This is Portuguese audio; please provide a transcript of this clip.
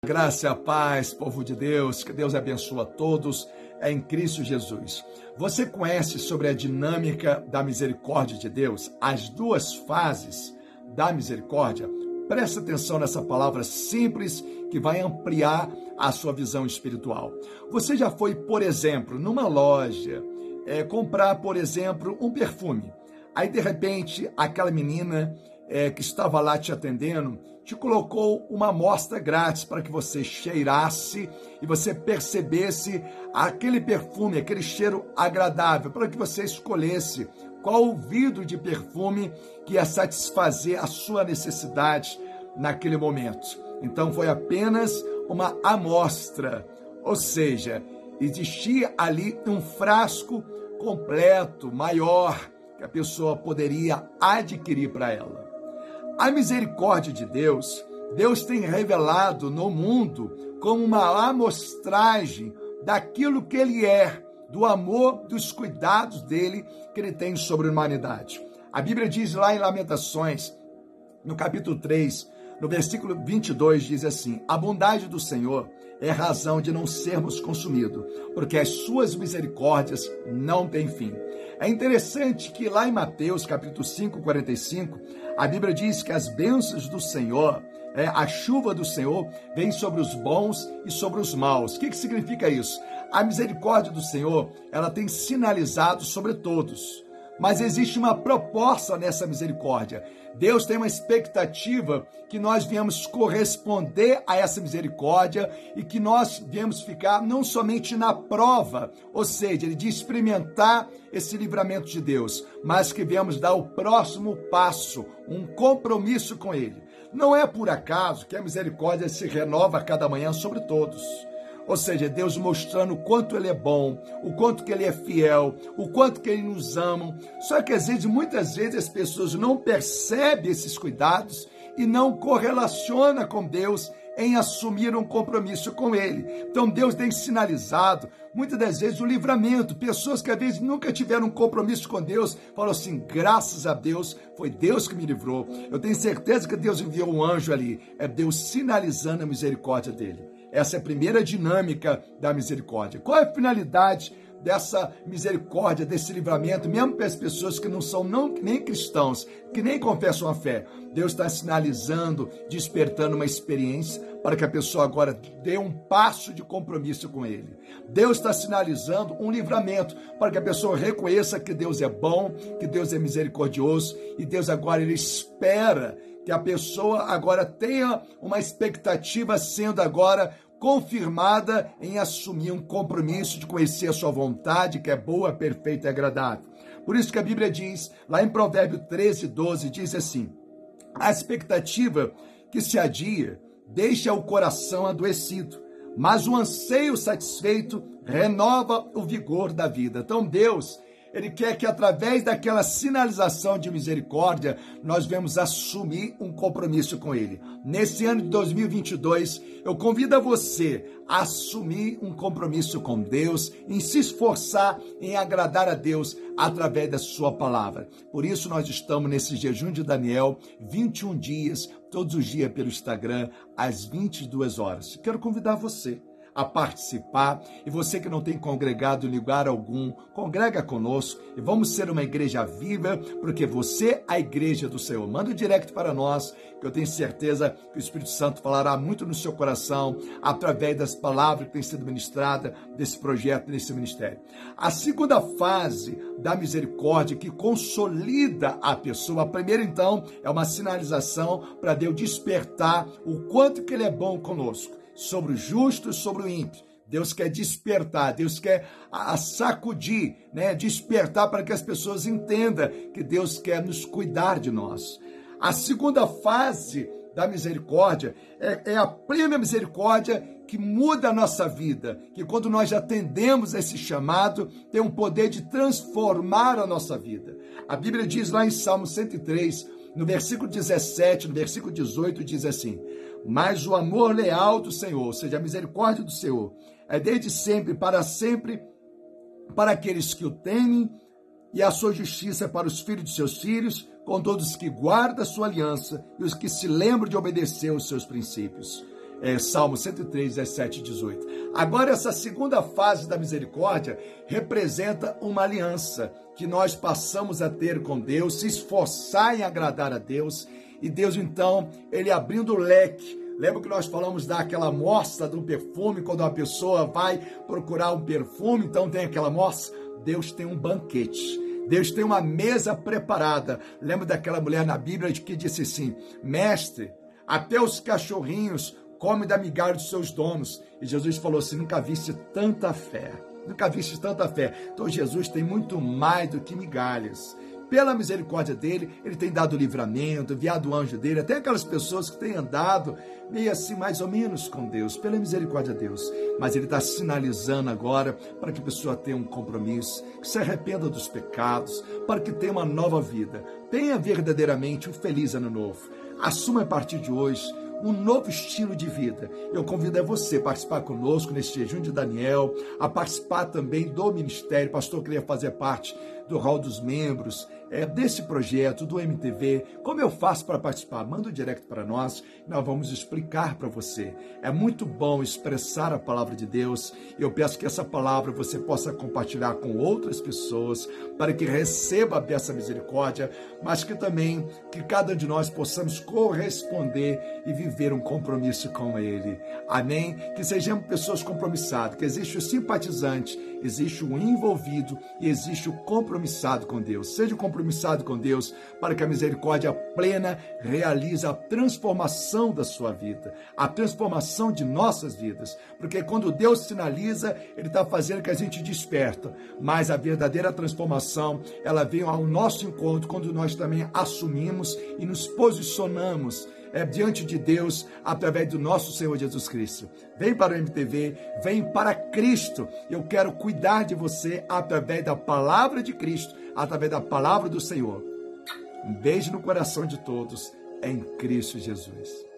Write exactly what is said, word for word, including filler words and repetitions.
Graça e a paz, povo de Deus, que Deus abençoe a todos em Cristo Jesus. Você conhece sobre a dinâmica da misericórdia de Deus, as duas fases da misericórdia? Presta atenção nessa palavra simples que vai ampliar a sua visão espiritual. Você já foi, por exemplo, numa loja, é, comprar, por exemplo, um perfume. Aí, de repente, aquela menina é, que estava lá te atendendo te colocou uma amostra grátis para que você cheirasse e você percebesse aquele perfume, aquele cheiro agradável, para que você escolhesse qual o vidro de perfume que ia satisfazer a sua necessidade naquele momento. Então foi apenas uma amostra, ou seja, existia ali um frasco completo, maior, que a pessoa poderia adquirir para ela. A misericórdia de Deus, Deus tem revelado no mundo como uma amostragem daquilo que Ele é, do amor, dos cuidados dele que Ele tem sobre a humanidade. A Bíblia diz lá em Lamentações, no capítulo três, no versículo vinte e dois, diz assim: a bondade do Senhor é razão de não sermos consumidos, porque as suas misericórdias não têm fim. É interessante que lá em Mateus, capítulo cinco, quarenta e cinco, a Bíblia diz que as bênçãos do Senhor, é, a chuva do Senhor, vem sobre os bons e sobre os maus. O que, que significa isso? A misericórdia do Senhor, ela tem sinalizado sobre todos. Mas existe uma proposta nessa misericórdia. Deus tem uma expectativa que nós viemos corresponder a essa misericórdia e que nós viemos ficar não somente na prova, ou seja, de experimentar esse livramento de Deus, mas que viemos dar o próximo passo, um compromisso com Ele. Não é por acaso que a misericórdia se renova a cada manhã sobre todos. Ou seja, Deus mostrando o quanto Ele é bom, o quanto que Ele é fiel, o quanto que Ele nos ama. Só que às vezes, muitas vezes as pessoas não percebem esses cuidados e não correlacionam com Deus em assumir um compromisso com Ele. Então Deus tem sinalizado, muitas das vezes, o livramento. Pessoas que às vezes nunca tiveram um compromisso com Deus, falam assim: graças a Deus, foi Deus que me livrou. Eu tenho certeza que Deus enviou um anjo ali. É Deus sinalizando a misericórdia dele. Essa é a primeira dinâmica da misericórdia. Qual é a finalidade dessa misericórdia, desse livramento, mesmo para as pessoas que não são não, nem cristãos, que nem confessam a fé? Deus está sinalizando, despertando uma experiência para que a pessoa agora dê um passo de compromisso com Ele. Deus está sinalizando um livramento para que a pessoa reconheça que Deus é bom, que Deus é misericordioso, e Deus agora Ele espera que a pessoa agora tenha uma expectativa sendo agora confirmada em assumir um compromisso de conhecer a sua vontade, que é boa, perfeita e agradável. Por isso que a Bíblia diz, lá em Provérbios treze, doze, diz assim: a expectativa que se adia deixa o coração adoecido, mas o anseio satisfeito renova o vigor da vida. Então Deus, Ele quer que através daquela sinalização de misericórdia, nós venhamos assumir um compromisso com Ele. Nesse ano de dois mil e vinte e dois, eu convido a você a assumir um compromisso com Deus, em se esforçar em agradar a Deus através da sua palavra. Por isso nós estamos nesse jejum de Daniel, vinte e um dias, todos os dias pelo Instagram, às vinte e duas horas. Quero convidar você a participar, e você que não tem congregado em lugar algum, congrega conosco e vamos ser uma igreja viva, porque você é a igreja do Senhor. Manda um direct para nós, que eu tenho certeza que o Espírito Santo falará muito no seu coração, através das palavras que têm sido ministradas desse projeto, desse ministério. A segunda fase da misericórdia, que consolida a pessoa, a primeira então é uma sinalização para Deus despertar o quanto que Ele é bom conosco, sobre o justo e sobre o ímpio. Deus quer despertar, Deus quer a, a sacudir, né? Despertar para que as pessoas entendam que Deus quer nos cuidar de nós. A segunda fase da misericórdia é, é a plena misericórdia que muda a nossa vida, que quando nós atendemos a esse chamado, tem um poder de transformar a nossa vida. A Bíblia diz lá em Salmo cento e três, no versículo dezessete, no versículo dezoito, diz assim: mas o amor leal do Senhor, ou seja, a misericórdia do Senhor, é desde sempre, para sempre, para aqueles que o temem, e a sua justiça é para os filhos de seus filhos, com todos os que guardam a sua aliança e os que se lembram de obedecer aos seus princípios. É, Salmo cento e três, dezessete e dezoito. Agora, essa segunda fase da misericórdia representa uma aliança que nós passamos a ter com Deus, se esforçar em agradar a Deus, e Deus, então, ele abrindo o leque. Lembra que nós falamos daquela amostra do perfume, quando uma pessoa vai procurar um perfume, então tem aquela amostra? Deus tem um banquete. Deus tem uma mesa preparada. Lembra daquela mulher na Bíblia que disse assim: mestre, até os cachorrinhos comem da migalha dos seus donos. E Jesus falou assim: nunca viste tanta fé. Nunca viste tanta fé. Então Jesus tem muito mais do que migalhas. Pela misericórdia dele, ele tem dado livramento, enviado o anjo dele, até aquelas pessoas que têm andado meio assim, mais ou menos com Deus, pela misericórdia de Deus. Mas ele está sinalizando agora para que a pessoa tenha um compromisso, que se arrependa dos pecados, para que tenha uma nova vida, tenha verdadeiramente um feliz ano novo. Assuma a partir de hoje um novo estilo de vida. Eu convido a você a participar conosco neste jejum de Daniel, a participar também do ministério. Pastor, queria fazer parte do hall dos membros, é, desse projeto, do M T V. Como eu faço para participar? Manda um direct para nós, nós vamos explicar para você. É muito bom expressar a palavra de Deus. Eu peço que essa palavra você possa compartilhar com outras pessoas, para que receba essa misericórdia, mas que também, que cada um de nós possamos corresponder e viver um compromisso com Ele. Amém? Que sejamos pessoas compromissadas, que existe o simpatizante, existe o envolvido e existe o compromissado com Deus. Seja compromissado com Deus para que a misericórdia plena realize a transformação da sua vida, a transformação de nossas vidas. Porque quando Deus sinaliza, Ele está fazendo que a gente desperta. Mas a verdadeira transformação, ela vem ao nosso encontro quando nós também assumimos e nos posicionamos É, diante de Deus, através do nosso Senhor Jesus Cristo. Vem para o M T V, vem para Cristo. Eu quero cuidar de você através da palavra de Cristo, através da palavra do Senhor. Um beijo no coração de todos, em Cristo Jesus.